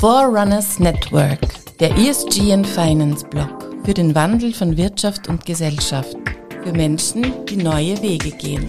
Forerunners Network, der ESG and Finance Blog für den Wandel von Wirtschaft und Gesellschaft, für Menschen, die neue Wege gehen.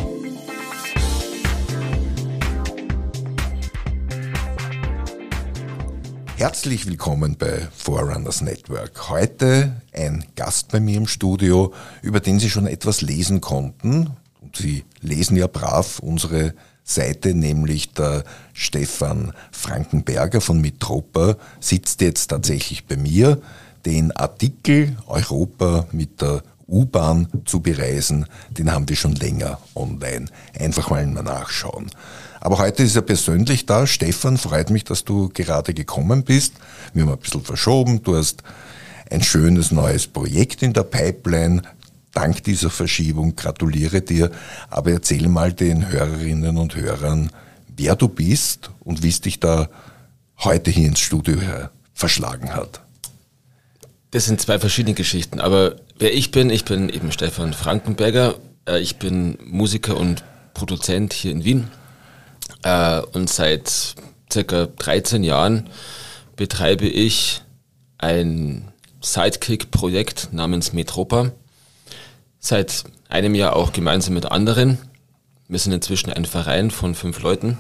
Herzlich willkommen bei Forerunners Network. Heute ein Gast bei mir im Studio, über den Sie schon etwas lesen konnten. Und Sie lesen ja brav unsere Seite, nämlich der Stefan Frankenberger von Mitropa sitzt jetzt tatsächlich bei mir. Den Artikel Europa mit der U-Bahn zu bereisen, den haben wir schon länger online. Einfach mal nachschauen. Aber heute ist er persönlich da. Stefan, freut mich, dass du gerade gekommen bist. Wir haben ein bisschen verschoben. Du hast ein schönes neues Projekt in der Pipeline. Dank dieser Verschiebung gratuliere dir. Aber erzähl mal den Hörerinnen und Hörern, wer du bist und wie es dich da heute hier ins Studio verschlagen hat. Das sind zwei verschiedene Geschichten. Aber wer ich bin eben Stefan Frankenberger. Ich bin Musiker und Produzent hier in Wien. Und seit circa 13 Jahren betreibe ich ein Sidekick-Projekt namens Mitropa. Seit einem Jahr auch gemeinsam mit anderen. Wir sind inzwischen ein Verein von 5 Leuten.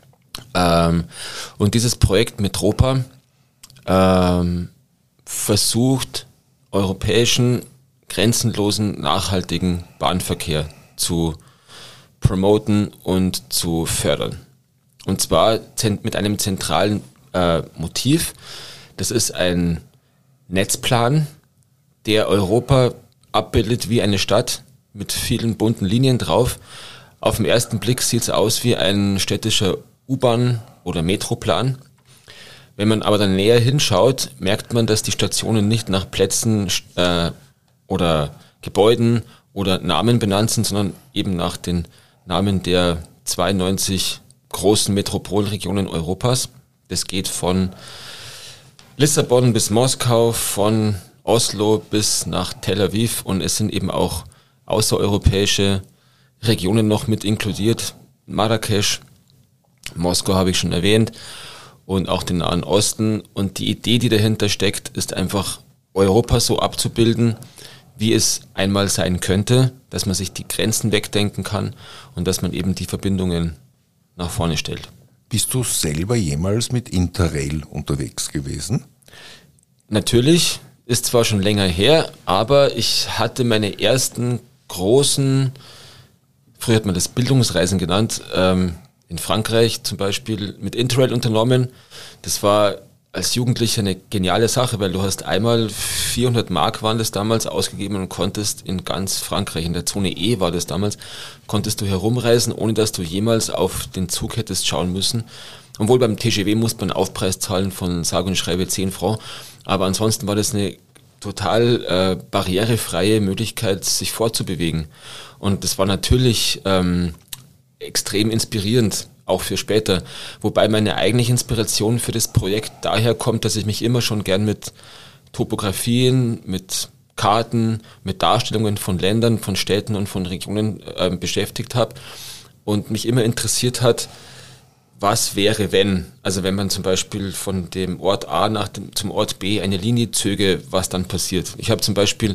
Und dieses Projekt Mitropa versucht, europäischen, grenzenlosen, nachhaltigen Bahnverkehr zu promoten und zu fördern. Und zwar mit einem zentralen Motiv. Das ist ein Netzplan, der Europa abbildet wie eine Stadt mit vielen bunten Linien drauf. Auf den ersten Blick sieht es aus wie ein städtischer U-Bahn- oder Metroplan. Wenn man aber dann näher hinschaut, merkt man, dass die Stationen nicht nach Plätzen oder Gebäuden oder Namen benannt sind, sondern eben nach den Namen der 92 großen Metropolregionen Europas. Das geht von Lissabon bis Moskau, von Oslo bis nach Tel Aviv, und es sind eben auch außereuropäische Regionen noch mit inkludiert. Marrakesch, Moskau habe ich schon erwähnt, und auch den Nahen Osten. Und die Idee, die dahinter steckt, ist einfach, Europa so abzubilden, wie es einmal sein könnte, dass man sich die Grenzen wegdenken kann und dass man eben die Verbindungen nach vorne stellt. Bist du selber jemals mit Interrail unterwegs gewesen? Natürlich, ist zwar schon länger her, aber ich hatte meine ersten großen, früher hat man das Bildungsreisen genannt, in Frankreich zum Beispiel mit Interrail unternommen. Das war als Jugendlicher eine geniale Sache, weil du hast einmal 400 Mark waren das damals ausgegeben und konntest in ganz Frankreich, in der Zone E war das damals, konntest du herumreisen, ohne dass du jemals auf den Zug hättest schauen müssen. Obwohl beim TGV musste man einen Aufpreis zahlen von sage und schreibe 10 Francs. Aber ansonsten war das eine total barrierefreie Möglichkeit, sich fortzubewegen. Und das war natürlich extrem inspirierend, auch für später. Wobei meine eigentliche Inspiration für das Projekt daher kommt, dass ich mich immer schon gern mit Topografien, mit Karten, mit Darstellungen von Ländern, von Städten und von Regionen beschäftigt habe und mich immer interessiert hat, was wäre, wenn? Also wenn man zum Beispiel von dem Ort A zum Ort B eine Linie zöge, was dann passiert. Ich habe zum Beispiel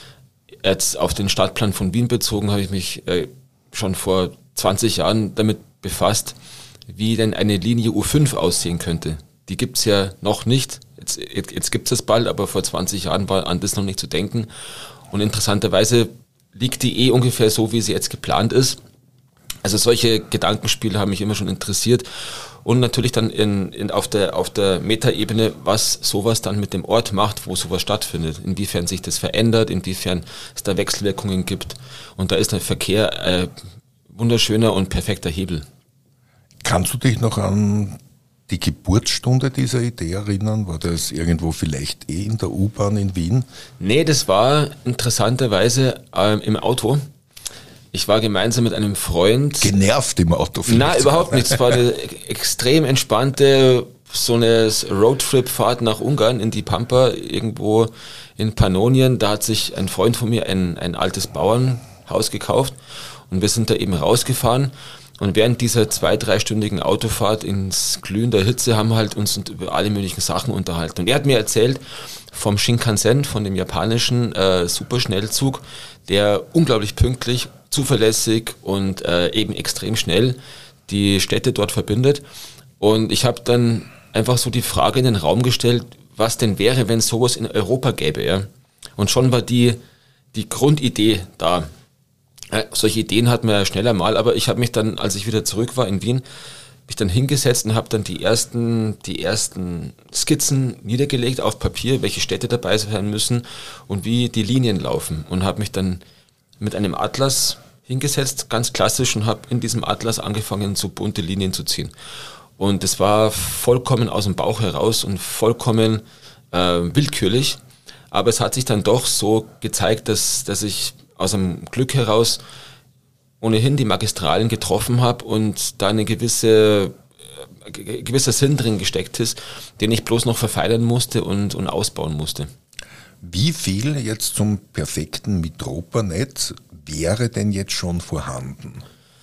jetzt auf den Stadtplan von Wien bezogen, habe ich mich schon vor 20 Jahren damit befasst, wie denn eine Linie U5 aussehen könnte. Die gibt's ja noch nicht. Jetzt gibt's das bald, aber vor 20 Jahren war an das noch nicht zu denken. Und interessanterweise liegt die ungefähr so, wie sie jetzt geplant ist. Also solche Gedankenspiele haben mich immer schon interessiert, und natürlich dann auf der Metaebene, was sowas dann mit dem Ort macht, wo sowas stattfindet, inwiefern sich das verändert, inwiefern es da Wechselwirkungen gibt, und da ist der Verkehr wunderschöner und perfekter Hebel. Kannst du dich noch an die Geburtsstunde dieser Idee erinnern? War das irgendwo vielleicht in der U-Bahn in Wien? Nee, das war interessanterweise im Auto. Ich war gemeinsam mit einem Freund. Genervt im Auto? Nein, überhaupt nicht. Es war eine extrem entspannte, so eine Roadtrip-Fahrt nach Ungarn in die Pampa, irgendwo in Pannonien. Da hat sich ein Freund von mir ein altes Bauernhaus gekauft, und wir sind da eben rausgefahren. Und während dieser 2-3-stündigen Autofahrt ins Glühen der Hitze haben wir halt uns über alle möglichen Sachen unterhalten. Und er hat mir erzählt vom Shinkansen, von dem japanischen Superschnellzug, der unglaublich pünktlich, zuverlässig und eben extrem schnell die Städte dort verbindet. Und ich habe dann einfach so die Frage in den Raum gestellt, was denn wäre, wenn es sowas in Europa gäbe. Ja? Und schon war die Grundidee da. Solche Ideen hatten wir ja schneller mal, aber ich habe mich dann, als ich wieder zurück war in Wien, mich dann hingesetzt und habe dann die ersten Skizzen niedergelegt auf Papier, welche Städte dabei sein müssen und wie die Linien laufen. Und habe mich dann mit einem Atlas hingesetzt, ganz klassisch, und habe in diesem Atlas angefangen, so bunte Linien zu ziehen. Und es war vollkommen aus dem Bauch heraus und vollkommen willkürlich. Aber es hat sich dann doch so gezeigt, dass ich aus dem Glück heraus ohnehin die Magistralen getroffen habe und da ein gewisser Sinn drin gesteckt ist, den ich bloß noch verfeinern musste und ausbauen musste. Wie viel jetzt zum perfekten Mitropa-Netz wäre denn jetzt schon vorhanden?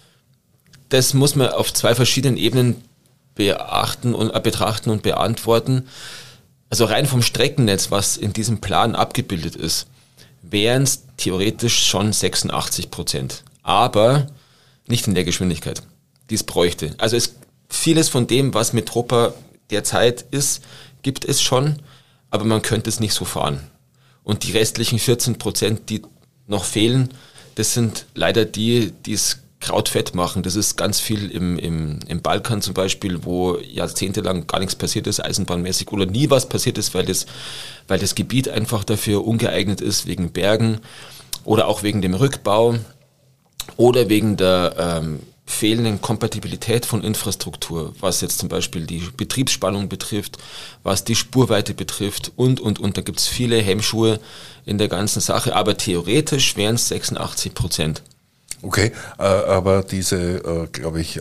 Das muss man auf 2 verschiedenen Ebenen betrachten und beantworten. Also rein vom Streckennetz, was in diesem Plan abgebildet ist, wären es theoretisch schon 86%. Aber nicht in der Geschwindigkeit, die es bräuchte. Also vieles von dem, was Mitropa derzeit ist, gibt es schon, aber man könnte es nicht so fahren. Und die restlichen 14%, die noch fehlen, das sind leider die es krautfett machen. Das ist ganz viel im Balkan zum Beispiel, wo jahrzehntelang gar nichts passiert ist, eisenbahnmäßig, oder nie was passiert ist, weil das Gebiet einfach dafür ungeeignet ist, wegen Bergen oder auch wegen dem Rückbau oder wegen der fehlenden Kompatibilität von Infrastruktur, was jetzt zum Beispiel die Betriebsspannung betrifft, was die Spurweite betrifft und. Da gibt es viele Hemmschuhe in der ganzen Sache, aber theoretisch wären es 86%. Okay, aber diese, glaube ich,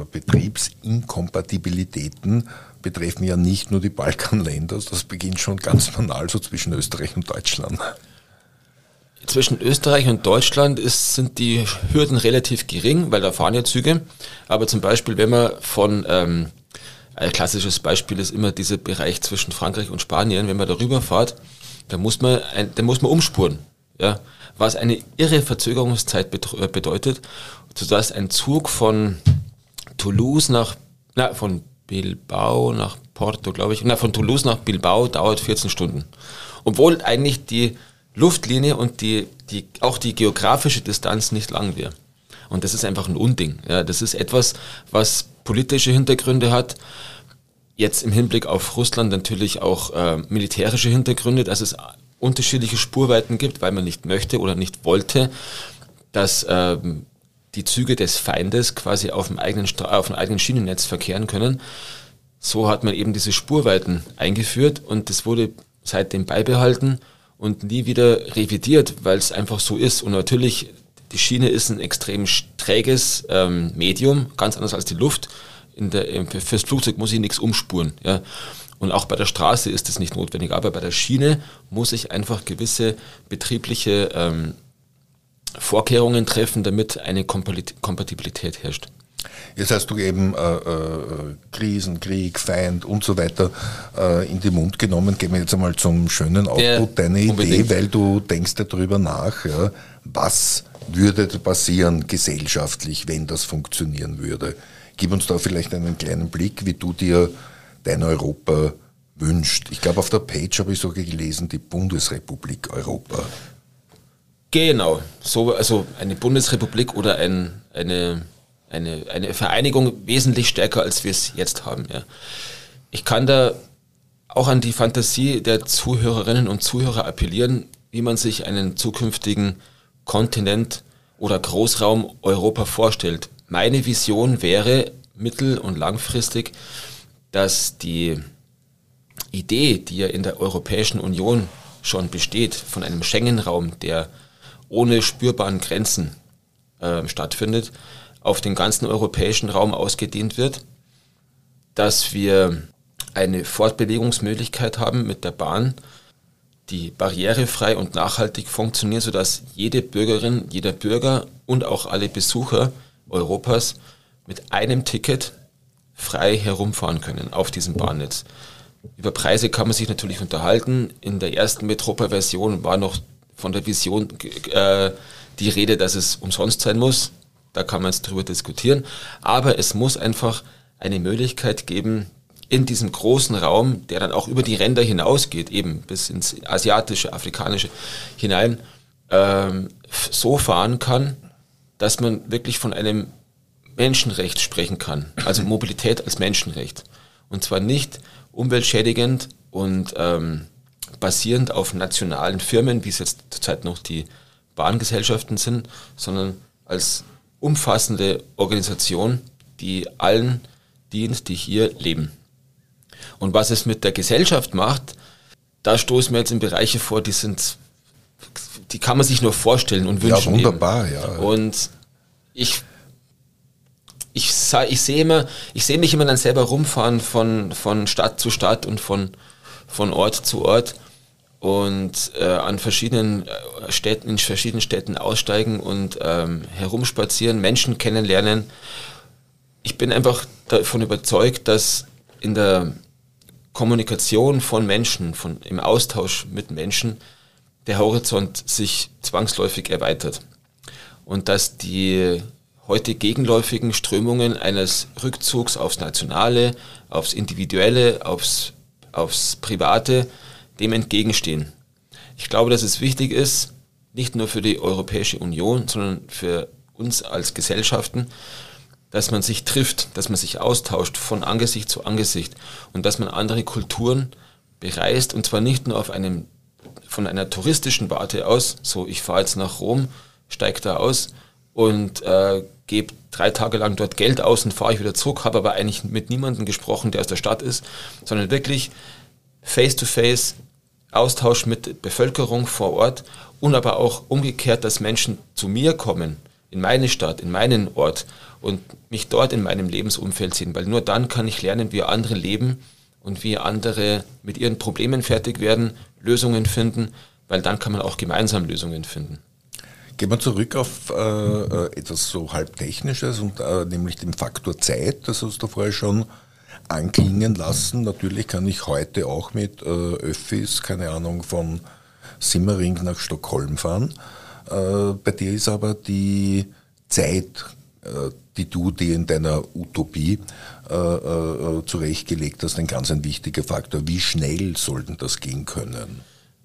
Betriebsinkompatibilitäten betreffen ja nicht nur die Balkanländer, das beginnt schon ganz banal so zwischen Österreich und Deutschland. Zwischen Österreich und Deutschland sind die Hürden relativ gering, weil da fahren ja Züge. Aber zum Beispiel, wenn man ein klassisches Beispiel ist immer dieser Bereich zwischen Frankreich und Spanien, wenn man darüber fährt, dann muss man umspuren, ja, was eine irre Verzögerungszeit bedeutet, sodass ein Zug von Bilbao nach Porto, glaube ich, von Toulouse nach Bilbao dauert 14 Stunden. Obwohl eigentlich die Luftlinie und auch die geografische Distanz nicht lang wäre. Und das ist einfach ein Unding. Ja, das ist etwas, was politische Hintergründe hat. Jetzt im Hinblick auf Russland natürlich auch militärische Hintergründe, dass es unterschiedliche Spurweiten gibt, weil man nicht möchte oder nicht wollte, dass die Züge des Feindes quasi auf dem eigenen Schienennetz verkehren können. So hat man eben diese Spurweiten eingeführt und das wurde seitdem beibehalten und nie wieder revidiert, weil es einfach so ist. Und natürlich, die Schiene ist ein extrem träges Medium, ganz anders als die Luft. Fürs Flugzeug muss ich nichts umspuren. Ja. Und auch bei der Straße ist das nicht notwendig. Aber bei der Schiene muss ich einfach gewisse betriebliche Vorkehrungen treffen, damit eine Kompatibilität herrscht. Jetzt hast du eben Krisen, Krieg, Feind und so weiter in den Mund genommen. Gehen wir jetzt einmal zum schönen Output, deine Idee, weil du denkst darüber nach, ja, was würde passieren gesellschaftlich, wenn das funktionieren würde. Gib uns da vielleicht einen kleinen Blick, wie du dir dein Europa wünscht. Ich glaube, auf der Page habe ich sogar gelesen, die Bundesrepublik Europa. Genau, also eine Bundesrepublik oder eine Vereinigung wesentlich stärker, als wir es jetzt haben. Ja. Ich kann da auch an die Fantasie der Zuhörerinnen und Zuhörer appellieren, wie man sich einen zukünftigen Kontinent oder Großraum Europa vorstellt. Meine Vision wäre mittel- und langfristig, dass die Idee, die ja in der Europäischen Union schon besteht, von einem Schengen-Raum, der ohne spürbaren Grenzen stattfindet, auf den ganzen europäischen Raum ausgedehnt wird, dass wir eine Fortbewegungsmöglichkeit haben mit der Bahn, die barrierefrei und nachhaltig funktioniert, sodass jede Bürgerin, jeder Bürger und auch alle Besucher Europas mit einem Ticket frei herumfahren können auf diesem Bahnnetz. Über Preise kann man sich natürlich unterhalten. In der ersten Metropa-Version war noch von der Vision die Rede, dass es umsonst sein muss. Da kann man jetzt drüber diskutieren. Aber es muss einfach eine Möglichkeit geben, in diesem großen Raum, der dann auch über die Ränder hinausgeht, eben bis ins Asiatische, Afrikanische hinein, so fahren kann, dass man wirklich von einem Menschenrecht sprechen kann. Also Mobilität als Menschenrecht. Und zwar nicht umweltschädigend und basierend auf nationalen Firmen, wie es jetzt zurzeit noch die Bahngesellschaften sind, sondern als umfassende Organisation, die allen dient, die hier leben. Und was es mit der Gesellschaft macht, da stoßen wir jetzt in Bereiche vor, die kann man sich nur vorstellen und wünschen. Ja, wunderbar, eben. Ja. Und ich sehe mich immer dann selber rumfahren von Stadt zu Stadt und von Ort zu Ort und in verschiedenen Städten aussteigen und herumspazieren, Menschen kennenlernen. Ich bin einfach davon überzeugt, dass in der Kommunikation von Menschen, im Austausch mit Menschen, der Horizont sich zwangsläufig erweitert. Und dass die heute gegenläufigen Strömungen eines Rückzugs aufs Nationale, aufs Individuelle, aufs Private dem entgegenstehen. Ich glaube, dass es wichtig ist, nicht nur für die Europäische Union, sondern für uns als Gesellschaften, dass man sich trifft, dass man sich austauscht von Angesicht zu Angesicht und dass man andere Kulturen bereist und zwar nicht nur von einer touristischen Warte aus, so ich fahre jetzt nach Rom, steige da aus und gebe 3 Tage lang dort Geld aus und fahre ich wieder zurück, habe aber eigentlich mit niemandem gesprochen, der aus der Stadt ist, sondern wirklich face-to-face Austausch mit Bevölkerung vor Ort und aber auch umgekehrt, dass Menschen zu mir kommen, in meine Stadt, in meinen Ort und mich dort in meinem Lebensumfeld sehen, weil nur dann kann ich lernen, wie andere leben und wie andere mit ihren Problemen fertig werden, Lösungen finden, weil dann kann man auch gemeinsam Lösungen finden. Gehen wir zurück auf etwas so halb Technisches und nämlich den Faktor Zeit, das hast du vorher schon anklingen lassen. Natürlich kann ich heute auch mit Öffis, keine Ahnung, von Simmering nach Stockholm fahren. Bei dir ist aber die Zeit, die du dir in deiner Utopie zurechtgelegt hast, ein ganz ein wichtiger Faktor. Wie schnell sollten das gehen können?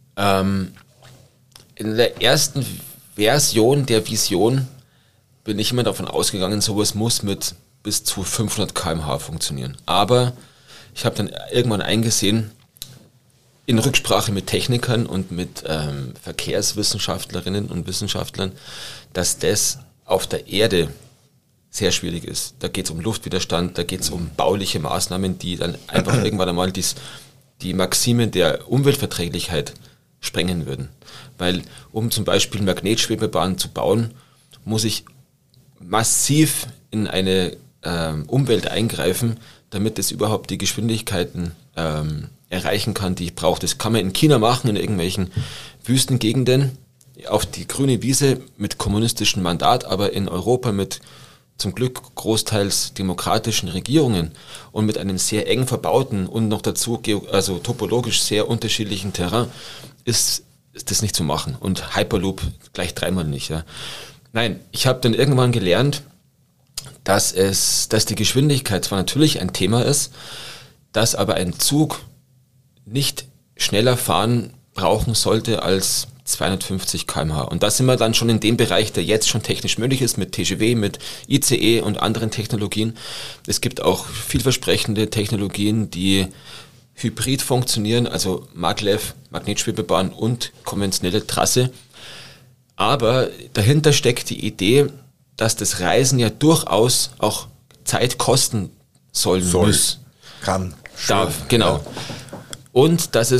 In der ersten Version der Vision bin ich immer davon ausgegangen, sowas muss mit bis zu 500 km/h funktionieren. Aber ich habe dann irgendwann eingesehen, in Rücksprache mit Technikern und mit Verkehrswissenschaftlerinnen und Wissenschaftlern, dass das auf der Erde sehr schwierig ist. Da geht es um Luftwiderstand, da geht es um bauliche Maßnahmen, die dann einfach irgendwann einmal die Maximen der Umweltverträglichkeit sprengen würden. Weil um zum Beispiel Magnetschwebebahnen zu bauen, muss ich massiv in eine Umwelt eingreifen, damit es überhaupt die Geschwindigkeiten erreichen kann, die ich brauche. Das kann man in China machen, in irgendwelchen Wüstengegenden, auf die grüne Wiese mit kommunistischem Mandat, aber in Europa mit zum Glück großteils demokratischen Regierungen und mit einem sehr eng verbauten und noch dazu also topologisch sehr unterschiedlichen Terrain ist das nicht zu machen. Und Hyperloop gleich 3-mal nicht. Ja. Nein, ich habe dann irgendwann gelernt, dass die Geschwindigkeit zwar natürlich ein Thema ist, dass aber ein Zug nicht schneller fahren brauchen sollte als 250 km/h. Und da sind wir dann schon in dem Bereich, der jetzt schon technisch möglich ist, mit TGV, mit ICE und anderen Technologien. Es gibt auch vielversprechende Technologien, die hybrid funktionieren, also Maglev, Magnetschwebebahn und konventionelle Trasse. Aber dahinter steckt die Idee, dass das Reisen ja durchaus auch Zeit kosten muss. Kann. Darf, genau. Ja. Und dass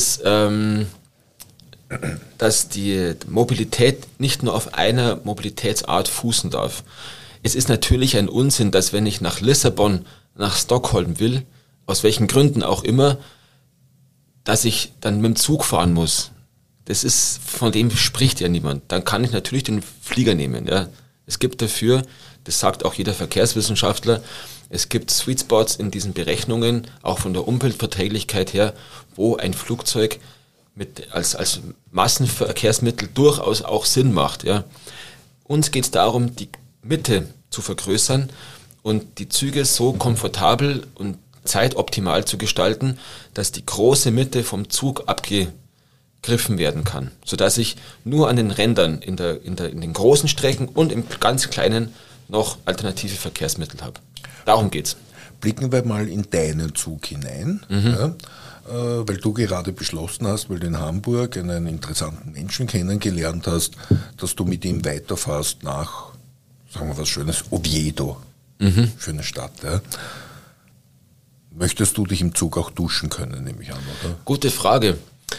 dass die Mobilität nicht nur auf einer Mobilitätsart fußen darf. Es ist natürlich ein Unsinn, dass wenn ich nach Lissabon, nach Stockholm will, aus welchen Gründen auch immer, dass ich dann mit dem Zug fahren muss. Von dem spricht ja niemand. Dann kann ich natürlich den Flieger nehmen. Ja. Es gibt dafür, das sagt auch jeder Verkehrswissenschaftler, es gibt Sweet Spots in diesen Berechnungen, auch von der Umweltverträglichkeit her, wo ein Flugzeug als Massenverkehrsmittel durchaus auch Sinn macht. Ja. Uns geht es darum, die Mitte zu vergrößern und die Züge so komfortabel und zeitoptimal zu gestalten, dass die große Mitte vom Zug abgegriffen werden kann, sodass ich nur an den Rändern in den großen Strecken und im ganz kleinen noch alternative Verkehrsmittel habe. Darum geht's. Blicken wir mal in deinen Zug hinein, ja, weil du gerade beschlossen hast, weil du in Hamburg einen interessanten Menschen kennengelernt hast, dass du mit ihm weiterfährst nach, sagen wir was Schönes, Oviedo, schöne Stadt. Ja. Möchtest du dich im Zug auch duschen können, nehme ich an, oder? Gute Frage.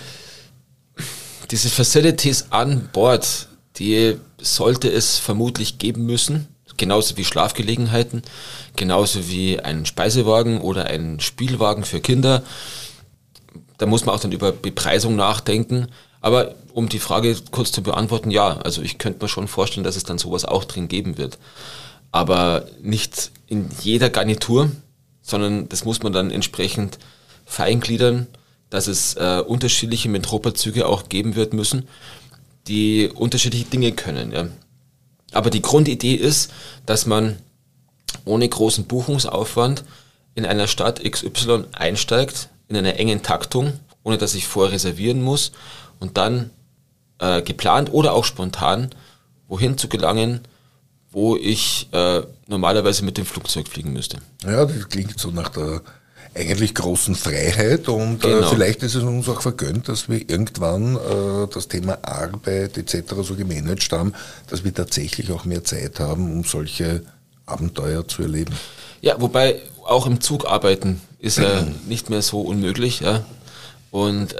Diese Facilities an Bord, die sollte es vermutlich geben müssen, genauso wie Schlafgelegenheiten, genauso wie einen Speisewagen oder einen Spielwagen für Kinder. Da muss man auch dann über Bepreisung nachdenken. Aber um die Frage kurz zu beantworten, ja, also ich könnte mir schon vorstellen, dass es dann sowas auch drin geben wird. Aber nicht in jeder Garnitur, sondern das muss man dann entsprechend feingliedern, dass es unterschiedliche Metropolzüge auch geben wird müssen, die unterschiedliche Dinge können. Ja. Aber die Grundidee ist, dass man ohne großen Buchungsaufwand in einer Stadt XY einsteigt, in einer engen Taktung, ohne dass ich vorher reservieren muss und dann geplant oder auch spontan wohin zu gelangen, wo ich normalerweise mit dem Flugzeug fliegen müsste. Ja, das klingt so nach der eigentlich großen Freiheit und genau. Vielleicht ist es uns auch vergönnt, dass wir irgendwann das Thema Arbeit etc. so gemanagt haben, dass wir tatsächlich auch mehr Zeit haben, um solche Abenteuer zu erleben. Ja, wobei auch im Zug arbeiten ist ja nicht mehr so unmöglich. Ja. Und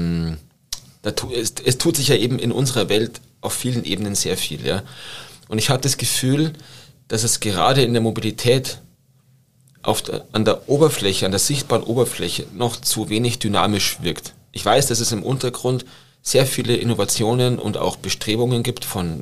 es tut sich ja eben in unserer Welt auf vielen Ebenen sehr viel. Ja. Und ich habe das Gefühl, dass es gerade in der Mobilität an der Oberfläche, an der sichtbaren Oberfläche noch zu wenig dynamisch wirkt. Ich weiß, dass es im Untergrund sehr viele Innovationen und auch Bestrebungen gibt von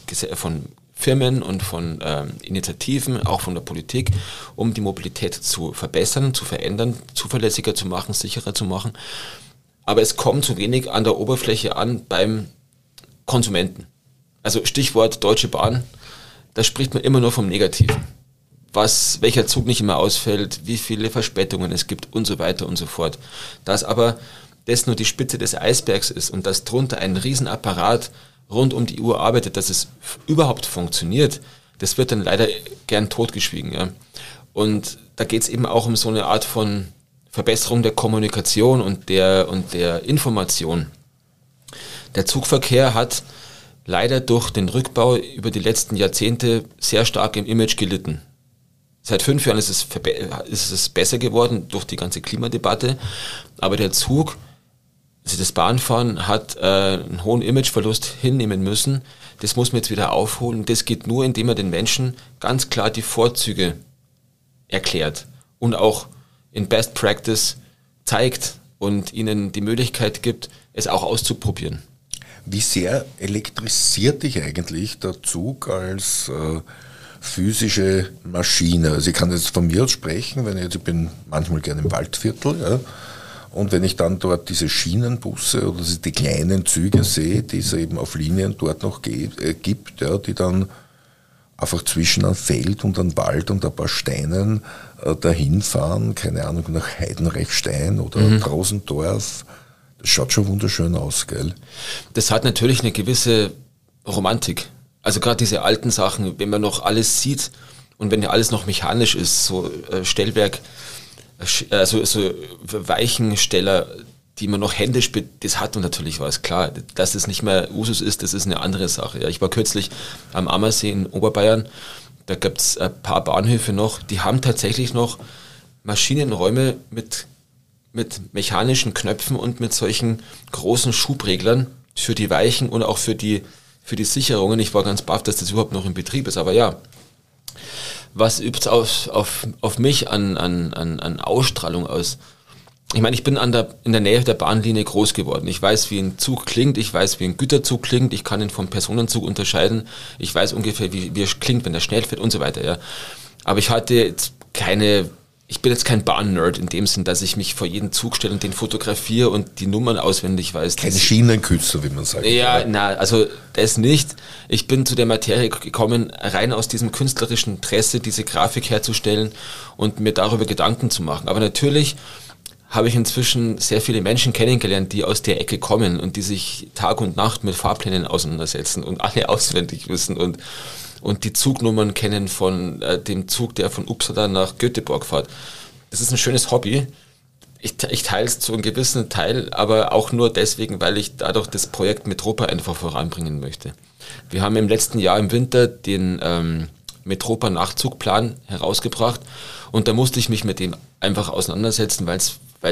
Firmen und von Initiativen, auch von der Politik, um die Mobilität zu verbessern, zu verändern, zuverlässiger zu machen, sicherer zu machen. Aber es kommt zu wenig an der Oberfläche an beim Konsumenten. Also Stichwort Deutsche Bahn, da spricht man immer nur vom Negativen. Welcher Zug nicht immer ausfällt, wie viele Verspätungen es gibt und so weiter und so fort. Dass aber das nur die Spitze des Eisbergs ist und dass drunter ein Riesenapparat rund um die Uhr arbeitet, dass es überhaupt funktioniert, das wird dann leider gern totgeschwiegen. Ja. Und da geht es eben auch um so eine Art von Verbesserung der Kommunikation und der Information. Der Zugverkehr hat leider durch den Rückbau über die letzten Jahrzehnte sehr stark im Image gelitten. Seit 5 Jahren ist es besser geworden durch die ganze Klimadebatte, aber der Zug, also das Bahnfahren, hat einen hohen Imageverlust hinnehmen müssen. Das muss man jetzt wieder aufholen. Das geht nur, indem man den Menschen ganz klar die Vorzüge erklärt und auch in Best Practice zeigt und ihnen die Möglichkeit gibt, es auch auszuprobieren. Wie sehr elektrisiert dich eigentlich der Zug als physische Maschine? Also ich kann jetzt von mir aus sprechen, ich bin manchmal gerne im Waldviertel, ja, und wenn ich dann dort diese Schienenbusse oder die kleinen Züge sehe, die es eben auf Linien dort noch gibt, ja, die dann einfach zwischen einem Feld und einem Wald und ein paar Steinen dahin fahren, keine Ahnung, nach Heidenreichstein oder Trausendorf. Das schaut schon wunderschön aus, gell? Das hat natürlich eine gewisse Romantik. Also gerade diese alten Sachen, wenn man noch alles sieht und wenn ja alles noch mechanisch ist, so Stellwerk, so Weichensteller, die man noch händisch, das hat natürlich was, klar. Dass das nicht mehr Usus ist, das ist eine andere Sache. Ja, ich war kürzlich am Ammersee in Oberbayern, da gibt es ein paar Bahnhöfe noch, die haben tatsächlich noch Maschinenräume mit mechanischen Knöpfen und mit solchen großen Schubreglern für die Weichen und auch für die Sicherungen. Ich war ganz baff, dass das überhaupt noch in Betrieb ist, aber ja. Was übt es auf mich an Ausstrahlung aus? ich meine, ich bin in der Nähe der Bahnlinie groß geworden. Ich weiß, wie ein Zug klingt, ich weiß, wie ein Güterzug klingt, ich kann ihn vom Personenzug unterscheiden, ich weiß ungefähr, wie es klingt, wenn er schnell fährt und so weiter, ja. Aber ich bin jetzt kein Bahn-Nerd in dem Sinn, dass ich mich vor jeden Zug stelle und den fotografiere und die Nummern auswendig weiß. Kein Schienenkünstler, wie man sagt. Ja, also das nicht. Ich bin zu der Materie gekommen, rein aus diesem künstlerischen Interesse, diese Grafik herzustellen und mir darüber Gedanken zu machen. Aber natürlich habe ich inzwischen sehr viele Menschen kennengelernt, die aus der Ecke kommen und die sich Tag und Nacht mit Fahrplänen auseinandersetzen und alle auswendig wissen und die Zugnummern kennen von dem Zug, der von Uppsala nach Göteborg fährt. Das ist ein schönes Hobby. Ich teile es zu einem gewissen Teil, aber auch nur deswegen, weil ich dadurch das Projekt Metropa einfach voranbringen möchte. Wir haben im letzten Jahr im Winter den Metropa Nachtzugplan herausgebracht und da musste ich mich mit dem einfach auseinandersetzen, weil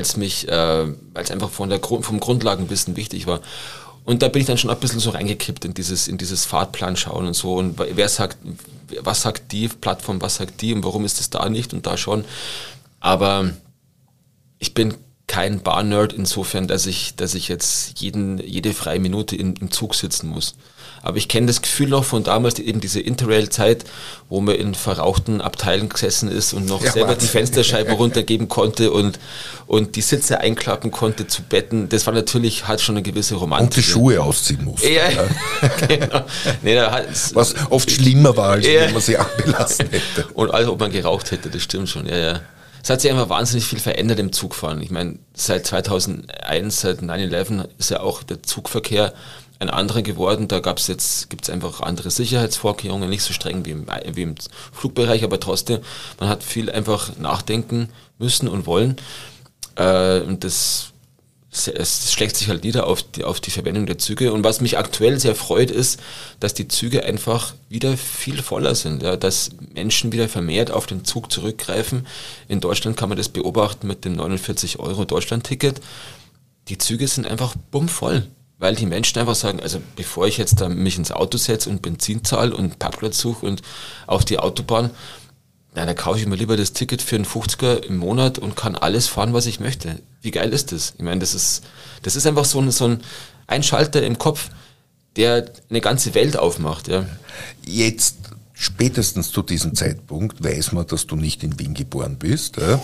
es einfach vom Grundlagenwissen wichtig war. Und da bin ich dann schon ein bisschen so reingekippt in dieses Fahrtplan schauen und so. Und was sagt die Plattform, was sagt die und warum ist es da nicht und da schon. Aber ich bin kein Bahn-Nerd insofern, dass ich jetzt jede freie Minute im Zug sitzen muss. Aber ich kenne das Gefühl noch von damals, eben diese Interrail-Zeit, wo man in verrauchten Abteilen gesessen ist und noch selber die Fensterscheiben runtergeben konnte und die Sitze einklappen konnte zu Betten. Das war natürlich, hat schon eine gewisse Romantik. Und die Schuhe ausziehen musste. Ja, genau. Nee, was oft schlimmer war, als wenn man sie abgelassen hätte. Und als ob man geraucht hätte, das stimmt schon, ja. Es hat sich einfach wahnsinnig viel verändert im Zugfahren. Ich meine, seit 2001, seit 9/11 ist ja auch der Zugverkehr ein anderer geworden. Da gibt's einfach andere Sicherheitsvorkehrungen, nicht so streng wie im Flugbereich, aber trotzdem, man hat viel einfach nachdenken müssen und wollen. Und es schlägt sich halt nieder auf die Verwendung der Züge. Und was mich aktuell sehr freut, ist, dass die Züge einfach wieder viel voller sind, ja, dass Menschen wieder vermehrt auf den Zug zurückgreifen. In Deutschland kann man das beobachten mit dem 49 € Deutschland-Ticket. Die Züge sind einfach bummvoll, weil die Menschen einfach sagen, also bevor ich jetzt da mich ins Auto setze und Benzin zahle und Parkplatz suche und auf die Autobahn, da kaufe ich mir lieber das Ticket für einen 50er im Monat und kann alles fahren, was ich möchte. Wie geil ist das? Ich meine, das ist einfach so ein Schalter im Kopf, der eine ganze Welt aufmacht. Ja. Jetzt, spätestens zu diesem Zeitpunkt, weiß man, dass du nicht in Wien geboren bist. Ja?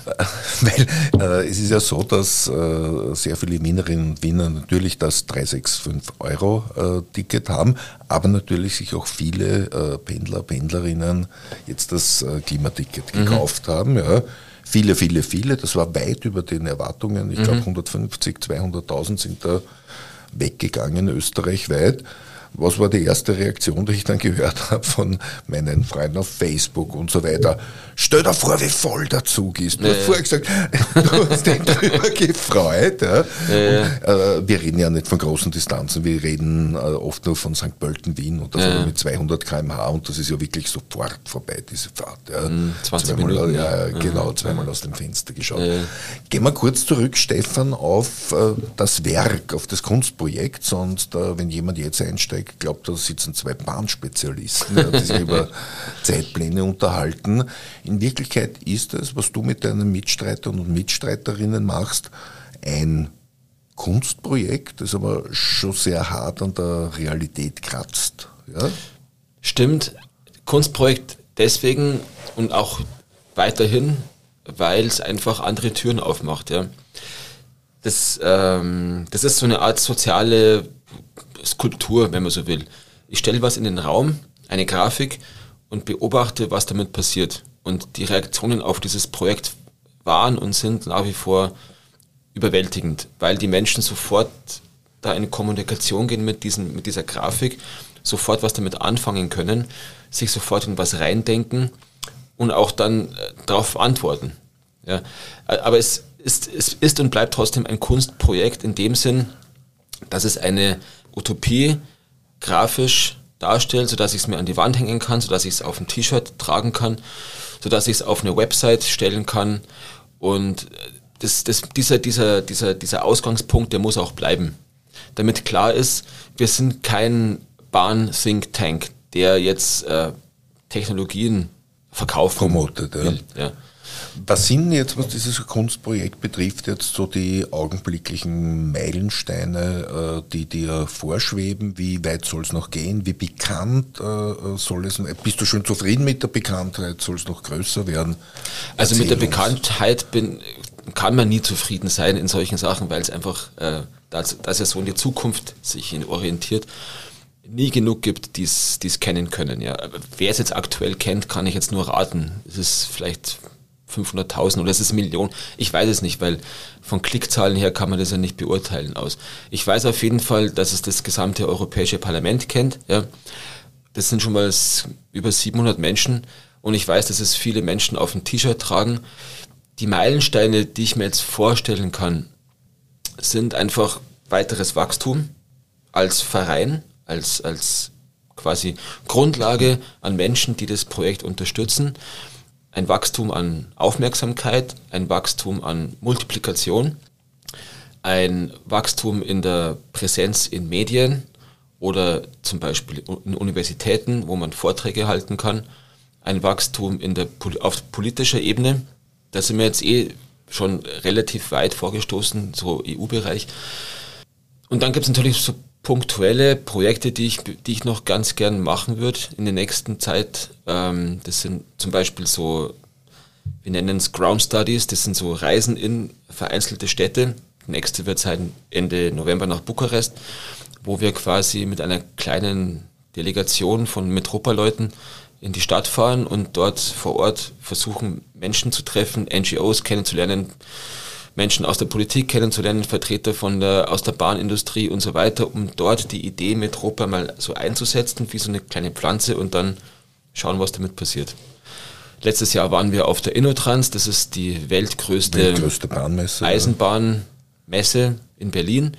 Weil es ist ja so, dass sehr viele Wienerinnen und Wiener natürlich das 365 € Ticket haben, aber natürlich sich auch viele Pendler, Pendlerinnen jetzt das Klimaticket gekauft haben. Ja. Viele, das war weit über den Erwartungen. Ich glaube 150, 200.000 sind da weggegangen, österreichweit. Was war die erste Reaktion, die ich dann gehört habe von meinen Freunden auf Facebook und so weiter? Stell dir vor, wie voll der Zug ist. Du hast vorher gesagt, du hast dich darüber gefreut. Ja? Und, wir reden ja nicht von großen Distanzen, wir reden oft nur von St. Pölten, Wien oder so mit 200 km/h und das ist ja wirklich sofort vorbei, diese Fahrt. Ja? 20 Minuten. Genau, zweimal aus dem Fenster geschaut. Gehen wir kurz zurück, Stefan, auf das Werk, auf das Kunstprojekt, sonst wenn jemand jetzt einsteigt, ich glaube, da sitzen zwei Bahnspezialisten, die sich über Zeitpläne unterhalten. In Wirklichkeit ist es, was du mit deinen Mitstreitern und Mitstreiterinnen machst, ein Kunstprojekt, das aber schon sehr hart an der Realität kratzt. Ja? Stimmt. Kunstprojekt deswegen und auch weiterhin, weil es einfach andere Türen aufmacht. Ja. Das ist so eine Art soziale Skulptur, wenn man so will. Ich stelle was in den Raum, eine Grafik und beobachte, was damit passiert. Und die Reaktionen auf dieses Projekt waren und sind nach wie vor überwältigend, weil die Menschen sofort da in Kommunikation gehen mit dieser Grafik, sofort was damit anfangen können, sich sofort in was reindenken und auch dann darauf antworten. Ja. Aber es ist und bleibt trotzdem ein Kunstprojekt in dem Sinn, dass es eine Utopie grafisch darstellt, sodass ich es mir an die Wand hängen kann, sodass ich es auf ein T-Shirt tragen kann, sodass ich es auf eine Website stellen kann. Und dieser Ausgangspunkt, der muss auch bleiben. Damit klar ist, wir sind kein Bahn-Think-Tank, der jetzt Technologien verkaufen promotet, will. Ja. Was sind jetzt, was dieses Kunstprojekt betrifft, jetzt so die augenblicklichen Meilensteine, die dir vorschweben? Wie weit soll es noch gehen? Wie bekannt soll es? Bist du schon zufrieden mit der Bekanntheit? Soll es noch größer werden? Also mit der Bekanntheit kann man nie zufrieden sein in solchen Sachen, weil es einfach, dass er so in die Zukunft sich orientiert, nie genug gibt, die es kennen können. Ja. Wer es jetzt aktuell kennt, kann ich jetzt nur raten. Es ist vielleicht 500.000 oder es ist Millionen. Ich weiß es nicht, weil von Klickzahlen her kann man das ja nicht beurteilen aus. Ich weiß auf jeden Fall, dass es das gesamte Europäische Parlament kennt. Ja. Das sind schon mal über 700 Menschen und ich weiß, dass es viele Menschen auf dem T-Shirt tragen. Die Meilensteine, die ich mir jetzt vorstellen kann, sind einfach weiteres Wachstum als Verein, als quasi Grundlage an Menschen, die das Projekt unterstützen. Ein Wachstum an Aufmerksamkeit, ein Wachstum an Multiplikation, ein Wachstum in der Präsenz in Medien oder zum Beispiel in Universitäten, wo man Vorträge halten kann, ein Wachstum auf politischer Ebene. Da sind wir jetzt schon relativ weit vorgestoßen, so EU-Bereich. Und dann gibt es natürlich so punktuelle Projekte, die ich noch ganz gern machen würde in der nächsten Zeit. Das sind zum Beispiel so, wir nennen es Ground Studies, das sind so Reisen in vereinzelte Städte. Die nächste wird sein Ende November nach Bukarest, wo wir quasi mit einer kleinen Delegation von Metropa-Leuten in die Stadt fahren und dort vor Ort versuchen, Menschen zu treffen, NGOs kennenzulernen, Menschen aus der Politik kennenzulernen, Vertreter aus der Bahnindustrie und so weiter, um dort die Idee Metropa mal so einzusetzen, wie so eine kleine Pflanze und dann schauen, was damit passiert. Letztes Jahr waren wir auf der Innotrans, das ist die weltgrößte Eisenbahnmesse in Berlin.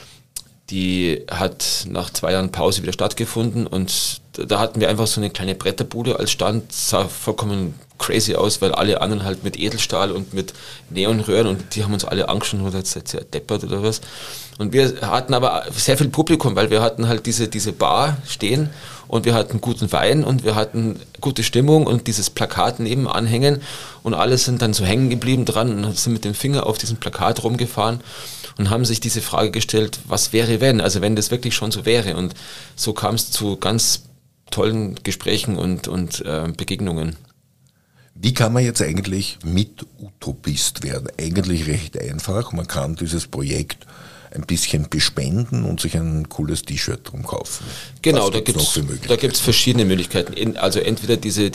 Die hat nach 2 Jahren Pause wieder stattgefunden und da hatten wir einfach so eine kleine Bretterbude als Stand, sah vollkommen crazy aus, weil alle anderen halt mit Edelstahl und mit Neonröhren und die haben uns alle angeschaut und gesagt, seid ihr deppert oder was. Und wir hatten aber sehr viel Publikum, weil wir hatten halt diese Bar stehen und wir hatten guten Wein und wir hatten gute Stimmung und dieses Plakat nebenan hängen und alle sind dann so hängen geblieben dran und sind mit dem Finger auf diesem Plakat rumgefahren und haben sich diese Frage gestellt, was wäre wenn, also wenn das wirklich schon so wäre, und so kam es zu ganz tollen Gesprächen und Begegnungen. Wie kann man jetzt eigentlich Mit-Utopist werden? Eigentlich recht einfach, man kann dieses Projekt ein bisschen bespenden und sich ein cooles T-Shirt drum kaufen. Genau, da gibt's verschiedene Möglichkeiten, also entweder diese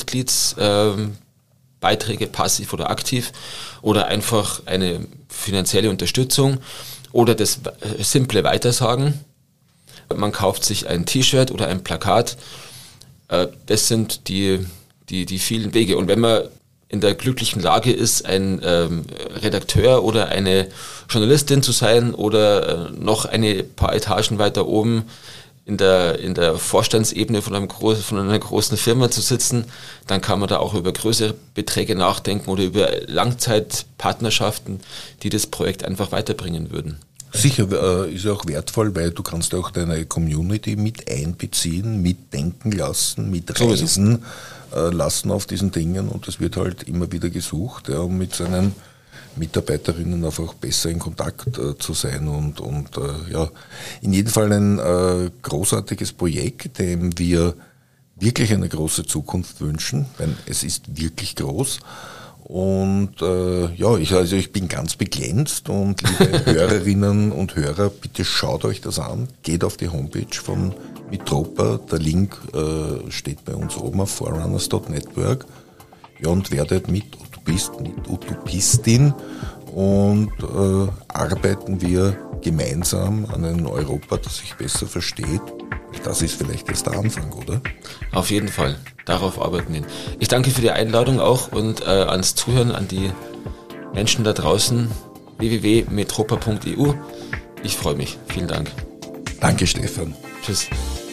Mitgliedsbeiträge, passiv oder aktiv, oder einfach eine finanzielle Unterstützung oder das simple Weitersagen. Man kauft sich ein T-Shirt oder ein Plakat. Das sind die vielen Wege. Und wenn man in der glücklichen Lage ist, ein Redakteur oder eine Journalistin zu sein oder noch ein paar Etagen weiter oben in der Vorstandsebene von einer großen Firma zu sitzen, dann kann man da auch über größere Beträge nachdenken oder über Langzeitpartnerschaften, die das Projekt einfach weiterbringen würden. Sicher, ist auch wertvoll, weil du kannst auch deine Community mit einbeziehen, mitdenken lassen, mitreisen lassen auf diesen Dingen, und es wird halt immer wieder gesucht, ja, um mit seinen Mitarbeiterinnen einfach besser in Kontakt zu sein und ja, in jedem Fall ein großartiges Projekt, dem wir wirklich eine große Zukunft wünschen, weil es ist wirklich groß. Und ja, ich bin ganz beglänzt, und liebe Hörerinnen und Hörer, bitte schaut euch das an, geht auf die Homepage von Metropa, der Link steht bei uns oben auf forerunners.network, ja, und werdet Mit-Utopist, Mit-Utopistin, und arbeiten wir gemeinsam an einem Europa, das sich besser versteht. Das ist vielleicht erst der Anfang, oder? Auf jeden Fall. Darauf arbeiten wir. Ich danke für die Einladung auch und ans Zuhören an die Menschen da draußen. www.metropa.eu. Ich freue mich. Vielen Dank. Danke, Stefan. Tschüss.